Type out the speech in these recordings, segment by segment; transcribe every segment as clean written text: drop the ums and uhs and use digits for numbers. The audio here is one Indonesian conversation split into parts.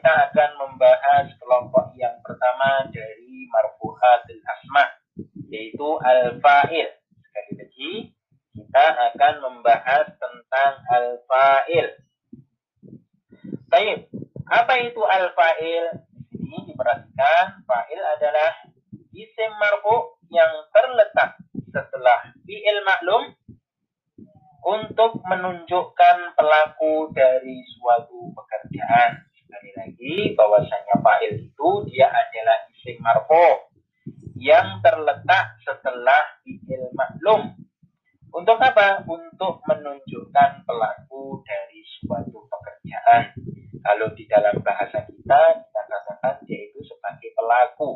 kita akan membahas kelompok yang pertama dari marfu'atul asma, yaitu al-fa'il. Sekali lagi, kita akan membahas tentang al-fa'il. Baik, apa itu al-fa'il? Di sini diperhatikan, fa'il adalah isim marfu' yang terletak setelah fi'il maklum untuk menunjukkan pelaku dari suatu pekerjaan. Sekali lagi, bahwasanya fa'il itu dia adalah isim marfu' yang terletak setelah fi'il maklum. Untuk apa? Untuk menunjukkan pelaku dari suatu pekerjaan. Kalau di dalam bahasa kita katakan dia itu sebagai pelaku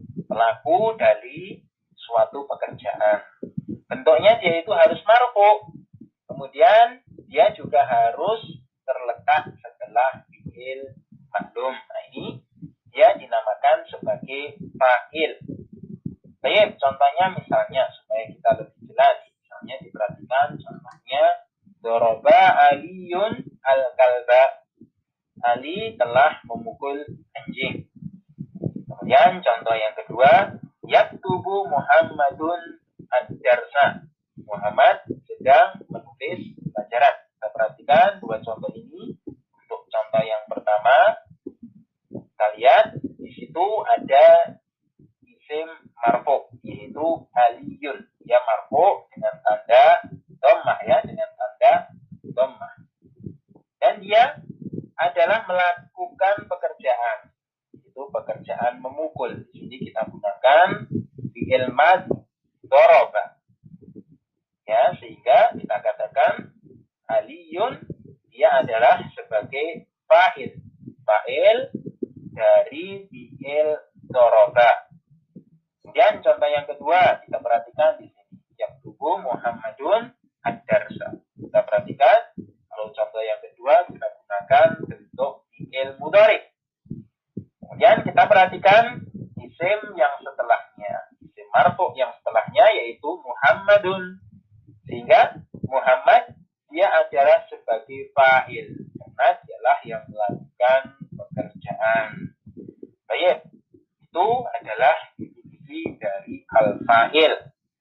dari suatu pekerjaan. Bentuknya dia itu harus marfu'. Kemudian dia juga harus terletak setelah fi'il maklum. Nah, ini dia dinamakan sebagai fa'il. Baik, contohnya misalnya supaya kita lebih jelas. Misalnya diperhatikan contohnya doroba aliyun al-kalba. Ali telah memukul anjing. Kemudian contoh yang kedua, yaktubu Muhammadun ad-darsa. Muhammad sedang menulis pelajaran. Kita perhatikan dua contoh ini. Untuk contoh yang pertama, kita lihat di situ ada isim marfu, yaitu aliyun. Dia marfu dengan tanda dhammah ya, dengan tanda dhammah. Dan dia adalah melakukan pekerjaan. Itu pekerjaan memukul. Di sini kita gunakan fi'il madhi doroba. Ya, sehingga kita katakan aliyun dia adalah sebagai fa'il. Fa'il dari fi'il doroba. Kemudian contoh yang kedua, kita perhatikan di sini. Yaktubu Muhammadun ad-darsa. Kita perhatikan, kalau contoh yang kedua kita gunakan bentuk fi'il mudhari. Kemudian kita perhatikan isim yang setelahnya. Isim marfu yang setelahnya yaitu Muhammadun. Sehingga Muhammad dia adalah sebagai fa'il. Karena dialah yang melakukan pekerjaan. Baik, itu adalah definisi dari al-fa'il.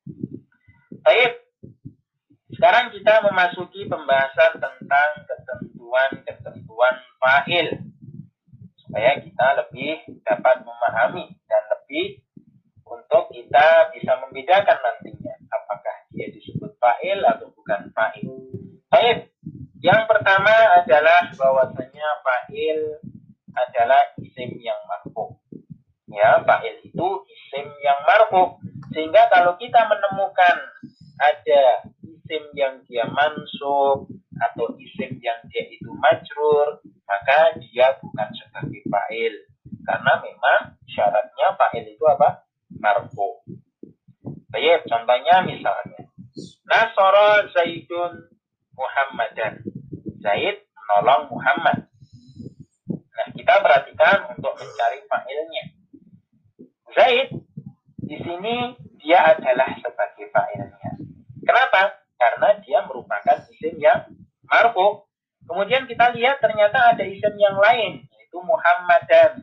Baik, sekarang kita memasuki pembahasan tentang ketentuan fa'il. Supaya kita lebih dapat memahami dan lebih untuk kita bisa membedakan nantinya. Apakah dia disebut fa'il atau bukan fa'il. Baik, yang pertama adalah bahwasanya fa'il adalah isim yang marfu. Ya, fa'il itu isim yang marfu. Sehingga kalau kita menemukan ada isim yang dia mansub atau isim yang dia itu majrur, maka dia bukan sebagai fa'il. Karena memang syaratnya fa'il itu apa? Marfu. Baik, contohnya misalnya Nasara Zaidun Muhammadan. Zaid menolong Muhammad. Nah, kita perhatikan untuk mencari fa'ilnya. Zaid di sini dia adalah sebagai fa'ilnya. Kenapa? Karena dia merupakan isim yang marfu. Kemudian kita lihat ternyata ada isim yang lain, yaitu Muhammadan.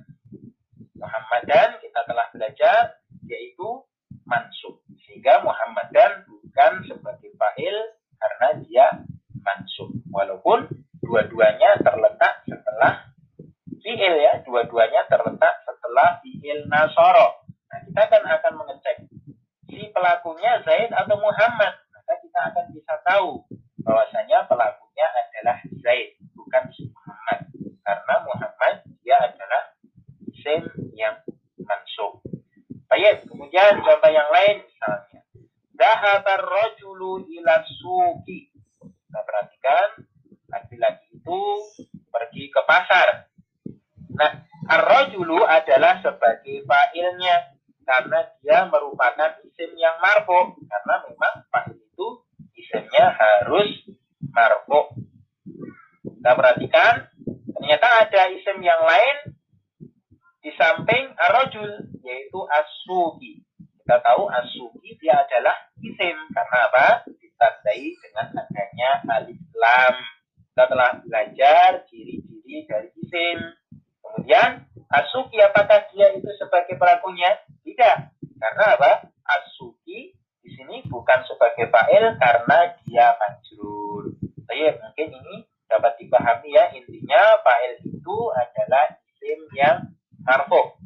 Muhammadan kita telah belajar yaitu mansub. Sehingga Muhammadan bukan sebagai fa'il karena dia mansub. Walaupun dua-duanya terletak setelah fi'il ya, dua-duanya terletak setelah fi'il nasara. Nah, kita akan mengecek si pelakunya Zaid atau Muhammad. Maka kita akan bisa tahu bahwasanya pelakunya adalah Zaid, bukan si Muhammad. Karena Muhammad dia adalah isim yang mansub. Baik, kemudian contoh yang lain misalnya Dhahabar rajulu ila suqi. Kita perhatikan laki-laki itu pergi ke pasar. Nah, ar-rajulu adalah sebagai fa'ilnya karena dia merupakan isim yang marfu. Karena memang fa'il itu isimnya harus marfu. Kita perhatikan ternyata ada isim yang lain di samping ar-rajul, yaitu as-suqi. Kita tahu as-suqi dia adalah isim karena apa? Ditandai dengan adanya alif lam. Kita telah belajar ciri-ciri dari isim. Kemudian Asuki, apakah dia itu sebagai pelakunya? Tidak. Karena apa? Asuki di sini bukan sebagai fa'il karena dia majrur. Baik, mungkin ini dapat dipahami ya. Intinya fa'il itu adalah isim yang marfu.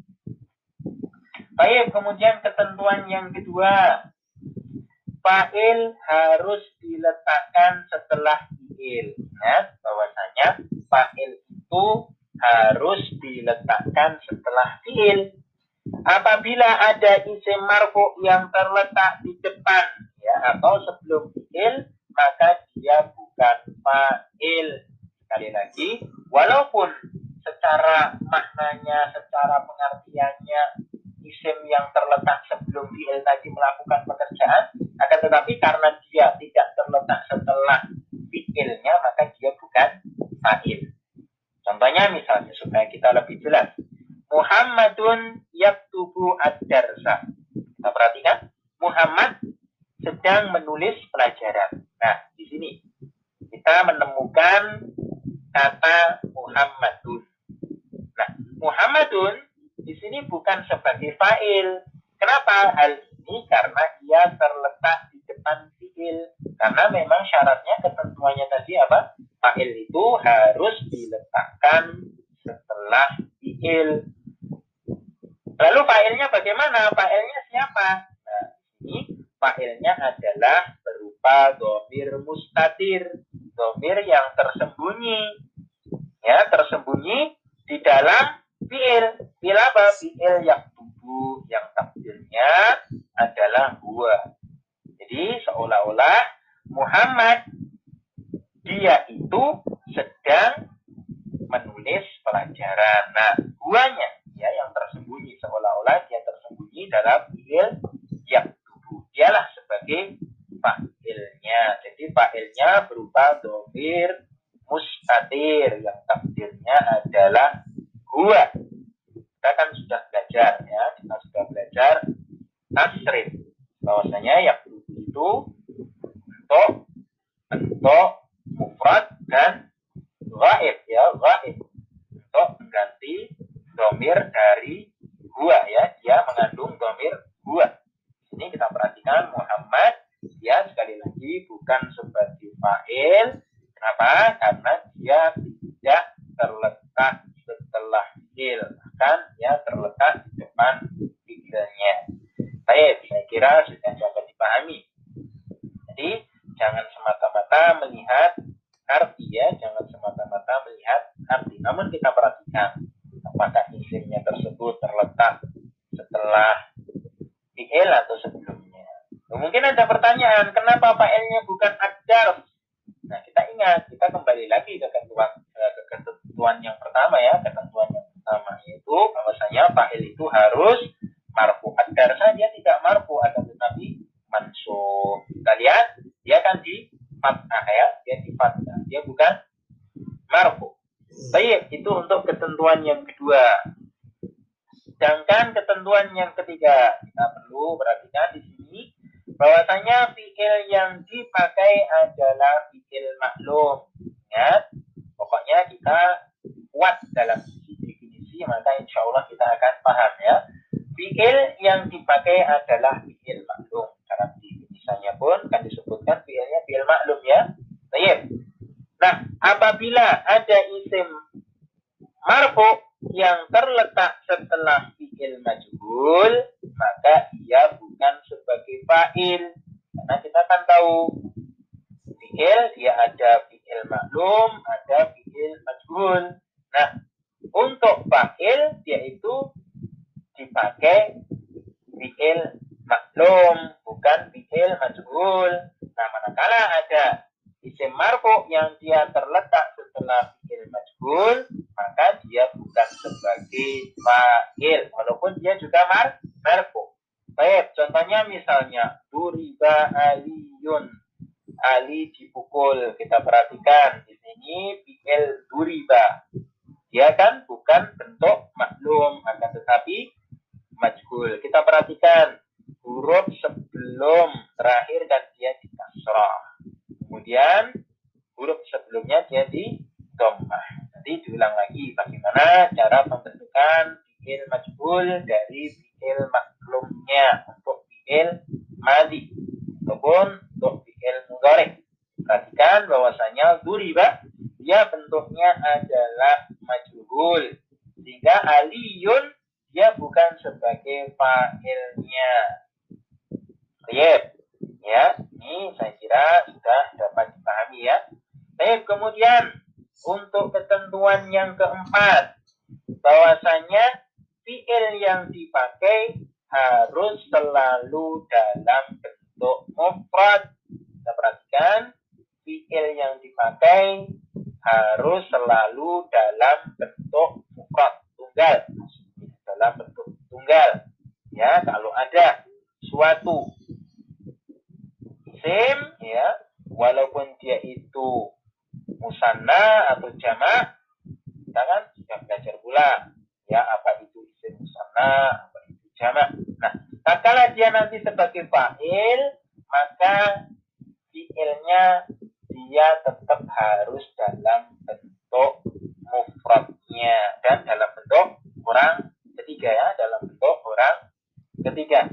Baik, kemudian ketentuan yang kedua. Fa'il harus diletakkan setelah fi'il. Ingat bahwasanya fa'il itu harus diletakkan setelah fi'il. Apabila ada isim marfu yang terletak di depan ya atau sebelum fi'il, maka dia bukan fa'il. Sekali lagi, walaupun secara maknanya, secara pengertiannya isim yang terletak sebelum fi'il tadi melakukan pekerjaan, akan tetapi karena dia tidak terletak setelah fi'ilnya, maka dia bukan fa'il. Contohnya misalnya supaya kita lebih jelas, Muhammadun yaktubu ad-darsa. Kita perhatikan, Muhammad sedang menulis pelajaran. Nah, di sini kita menemukan kata Muhammadun. Nah, Muhammadun di sini bukan sebagai fa'il. Kenapa hal ini? Karena ia terletak di depan fi'il. Karena memang syaratnya, ketentuannya tadi apa? Fa'il itu harus diletakkan setelah fi'il. Lalu fa'ilnya bagaimana? Fa'ilnya siapa? Nah, ini fa'ilnya adalah berupa dhamir mustatir, dhamir yang tersembunyi. Ya, tersembunyi di dalam fi'il. Fi'il apa? Fi'il yaktubu, yang takdirnya adalah huwa. Jadi seolah-olah Muhammad dia itu sedang menulis pelajaran. Nah, huwanya ya yang tersembunyi, seolah-olah dia tersembunyi dalam fi'il yaktubu. Dialah sebagai fa'ilnya. Jadi fa'ilnya berupa dhamir mustatir yang takdirnya adalah huwa. Kita kan sudah belajar ya, kita sudah belajar tasrif bahwasanya yaktubu itu bentuk mufrad dan ghaib ya, ghaib untuk mengganti dhamir dari huwa ya, dia mengandung dhamir huwa. Ini kita perhatikan Muhammad dia sekali lagi bukan sebagai fa'il. Kenapa? Karena dia tidak terletak setelah fi'il, bahkan dia terletak di depan fi'ilnya. Baik, saya kira sudah dapat dipahami. Jadi jangan semata-mata melihat arti ya, jangan semata-mata melihat arti. Namun kita perhatikan apakah isimnya tersebut terletak setelah fi'il atau sebelumnya. Mungkin ada pertanyaan, kenapa fa'ilnya bukan ad-darf? Nah, kita ingat, kita kembali lagi ke ketentuan yang pertama ya. Ketentuan yang pertama yaitu bahwasanya fa'il itu harus marfu. Ad-darf saja tidak marfu, akan tetapi mansub. Kita lihat, dia kan di fathah ya, dia di fathah, dia bukan marfu. Baik, itu untuk ketentuan yang kedua. Sedangkan ketentuan yang ketiga, kita perlu perhatikan di sini bahwasanya fi'il yang dipakai adalah fi'il maklum. Ya, pokoknya kita kuat dalam definisi, maka insya Allah kita akan paham ya. Fi'il yang dipakai adalah fi'il maklum. Dalam definisinya pun kan disebutkan fi'ilnya fi'il maklum ya. Baik. Nah, apabila ada isim marfu yang terletak setelah fi'il majhul, maka ia bukan sebagai fa'il. Karena kita kan tahu fi'il dia ada fi'il maklum, ada fi'il majhul. Nah, untuk fa'il dia itu dipakai fi'il maklum, bukan fi'il majhul. Nah, manakala ada isim marfu yang dia terletak setelah fi'il majhul, maka dia bukan sebagai fa'il, walaupun dia juga marfu. Baik, contohnya misalnya duriba aliyun, Ali dipukul. Kita perhatikan di sini fi'il duriba, dia kan bukan bentuk maklum, akan tetapi majhul. Kita perhatikan huruf sebelum terakhir dan dia di kasrah. Kemudian huruf sebelumnya dia di dhammah. Nanti diulang lagi bagaimana cara pembentukan menentukan fi'il majhul dari fi'il maklumnya untuk fi'il madhi ataupun untuk fi'il mudhari. Perhatikan bahwasanya duriba dia bentuknya adalah majhul, sehingga aliyun dia bukan sebagai fa'ilnya. Baik, ya, ini saya kira sudah dapat dipahami ya. Baik, kemudian untuk ketentuan yang keempat, bahwasanya fi'il yang dipakai harus selalu dalam bentuk mufrad. Kita perhatikan, fi'il yang dipakai harus selalu dalam bentuk mufrad, tunggal, dalam bentuk tunggal. Ya, kalau ada suatu isim, ya, walaupun dia itu musanna atau jamak, kita kan sudah belajar pula, ya, apa itu isim musanna, apa itu jamak. Nah, tatkala dia nanti sebagai fa'il, maka fi'ilnya dia tetap harus dalam bentuk mufradnya dan dalam bentuk orang ketiga, ya, dalam bentuk orang ketiga.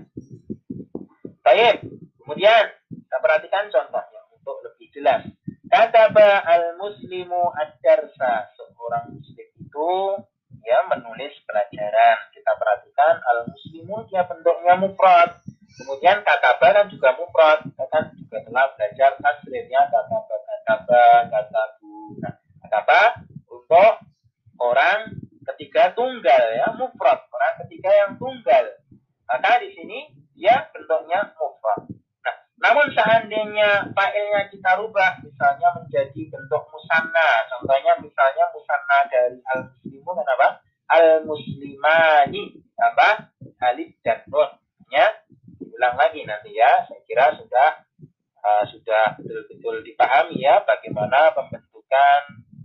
Baik, kemudian kita perhatikan contohnya untuk lebih jelas. Kataba al-muslimu ad-darsa, seorang muslim itu ya menulis pelajaran. Kita perhatikan al-muslimu dia bentuknya mufrad. Kemudian kataba kan juga mufrad. Kita kan juga telah belajar tasrif, ya, kataba, katabu. Nah, kataba untuk orang ketiga tunggal, ya, mufrad, orang ketiga yang tunggal. Maka di sini dia bentuknya mufrad. Nah, namun seandainya fa'ilnya kita rubah, misalnya menjadi bentuk musanna, contohnya misalnya musanna dari al-muslimun apa? Al-muslimani, apa? Alif dan nun. Ya, ulang lagi nanti ya. Saya kira sudah betul-betul dipahami ya bagaimana pembentukan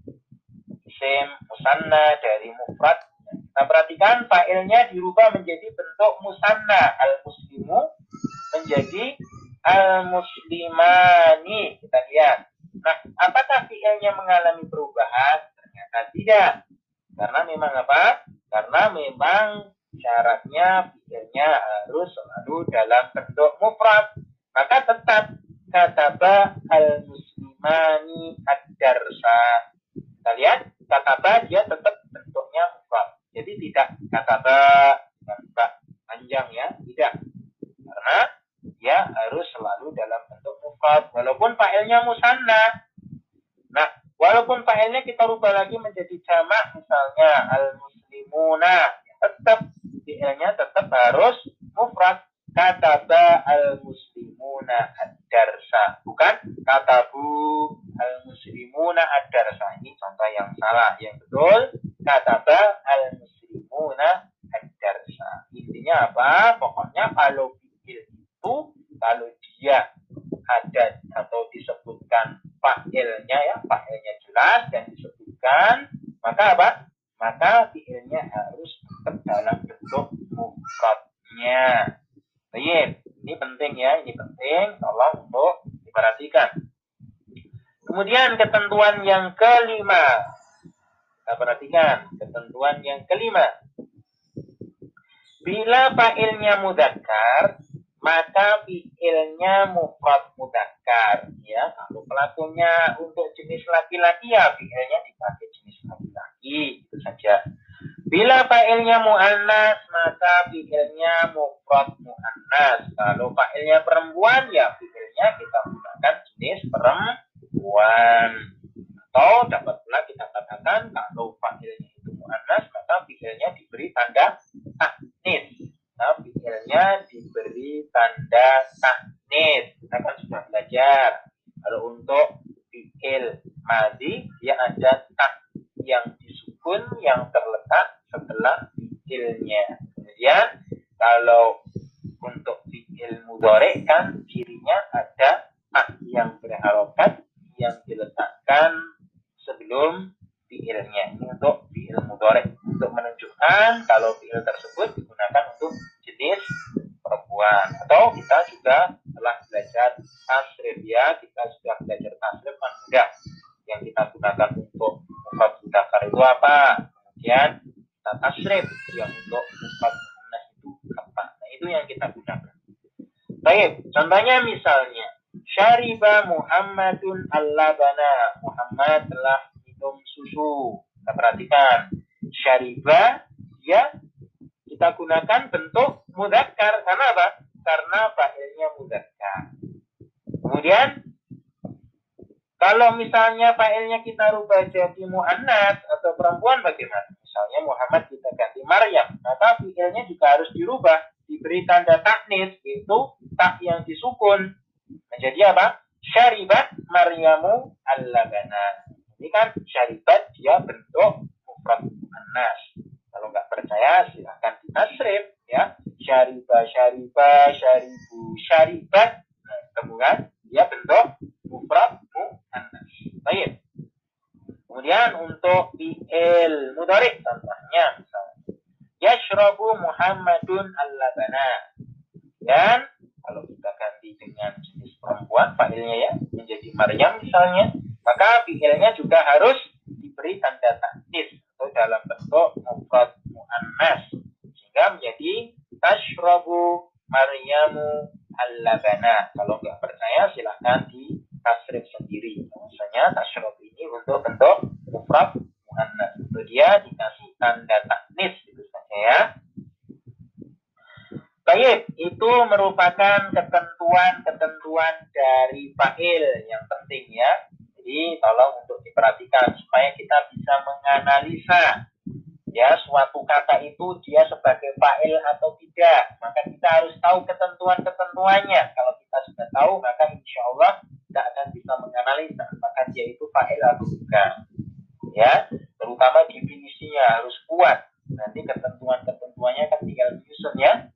isim musanna dari mufrad. Nah, perhatikan fa'ilnya dirubah menjadi bentuk musanna, al-muslimu menjadi al-muslimani. Kita lihat. Nah, apakah fi'ilnya mengalami perubahan? Ternyata tidak. Karena memang apa? Karena memang syaratnya fi'ilnya harus selalu dalam bentuk mufrad. Maka tetap kataba al-muslimani ad-darsa. Kita lihat, kataba dia tetap bentuknya mufrad. Jadi tidak kataba panjang, ya, tidak. Karena dia harus selalu dalam bentuk mufrad walaupun fa'ilnya musanna. Nah, walaupun fa'ilnya kita rubah lagi menjadi jamak, misalnya al-muslimuna, tetap fi'ilnya tetap harus mufrad. Kataba al-muslimuna ad-darsa, bukan katabu al-muslimuna ad-darsa. Ini contoh yang salah. Yang betul kataba al-muslimuna ad-darsa. Intinya apa? Pokoknya kalau fi'il itu, kalau dia ada atau disebutkan fa'ilnya, ya, fa'ilnya jelas dan disebutkan, maka apa? Maka fi'ilnya harus tetap dalam bentuk mufradnya. Baik, ini penting, ya, ini penting, tolong untuk diperhatikan. Kemudian ketentuan yang kelima, kita perhatikan ketentuan yang kelima. Bila fa'ilnya mudzakkar, maka fi'ilnya mufrad mudzakkar, ya. Kalau pelakunya untuk jenis laki-laki, ya fi'ilnya dipakai jenis laki-laki, itu saja. Bila fa'ilnya mu'annas, maka fi'ilnya mufrad mu'annas. Kalau fa'ilnya perempuan, ya fi'ilnya kita gunakan jenis perempuan. Atau dapat pula kita katakan kalau fa'ilnya itu mu'annas, maka fi'ilnya diberi tanda ta'nis. Nah, fi'ilnya diberi tanda ta'nis. Kita kan sudah belajar. Kalau untuk fi'il madhi, dia ada ta' yang disukun yang terletak setelah fi'ilnya. Kemudian kalau untuk fi'il mudhari kan cirinya ada ta' yang berharokat yang diletakkan sebelum fi'ilnya. Ini untuk fi'il mudhari, untuk menunjukkan kalau fi'il tersebut digunakan untuk jenis perempuan. Atau kita juga telah belajar tasrif, ya, kita sudah belajar tasrif kan mudah. Yang kita gunakan untuk mufrad mudzakkar itu apa? Kemudian kita tasrif yang untuk mufrad muannas itu apa. Nah, itu yang kita gunakan. Baik, contohnya misalnya syariba Muhammadun al-labana. Muhammad telah minum susu. Kita perhatikan. Syariba, ya, kita gunakan bentuk mudzakkar. Karena apa? Karena fa'ilnya mudzakkar. Kemudian, kalau misalnya fa'ilnya kita rubah jadi mu'annas atau perempuan bagaimana? Misalnya Muhammad kita ganti Maryam. Maka fi'ilnya juga harus dirubah. Diberi tanda taknis, yaitu tak yang disukun. Menjadi apa? Syaribat Maryamu al-labana. Ini kan syaribat dia bentuk mufrad muannas. Kalau nggak percaya silahkan ditasrif ya. Syariba, syariba, syaribu, syaribat. Nah, kemudian dia bentuk mufrad muannas. Baik. Kemudian untuk fi'il mudhari contohnya misalnya yashrabu Muhammadun al-labana. Dan kalau kita ganti dengan jenis perempuan fa'ilnya ya menjadi Maryam misalnya, maka fi'ilnya juga harus diberi tanda taknis atau dalam bentuk mufrad muannas sehingga menjadi tashrabu Maryamu al-labana. Kalau nggak percaya silahkan di tasrif sendiri. Misalnya tashrabu ini untuk bentuk mufrad muannas. Itu dia dikasih tanda taknis gitu saja ya. Baik, itu merupakan ketentuan-ketentuan dari fa'il yang penting ya. Jadi tolong untuk diperhatikan supaya kita bisa menganalisa ya suatu kata itu dia sebagai fa'il atau tidak. Maka kita harus tahu ketentuan-ketentuannya. Kalau kita sudah tahu, maka insya Allah kita akan bisa menganalisa apakah dia itu fa'il atau bukan. Ya, terutama definisinya harus kuat. Nanti ketentuan-ketentuannya kan tinggal menyusun ya.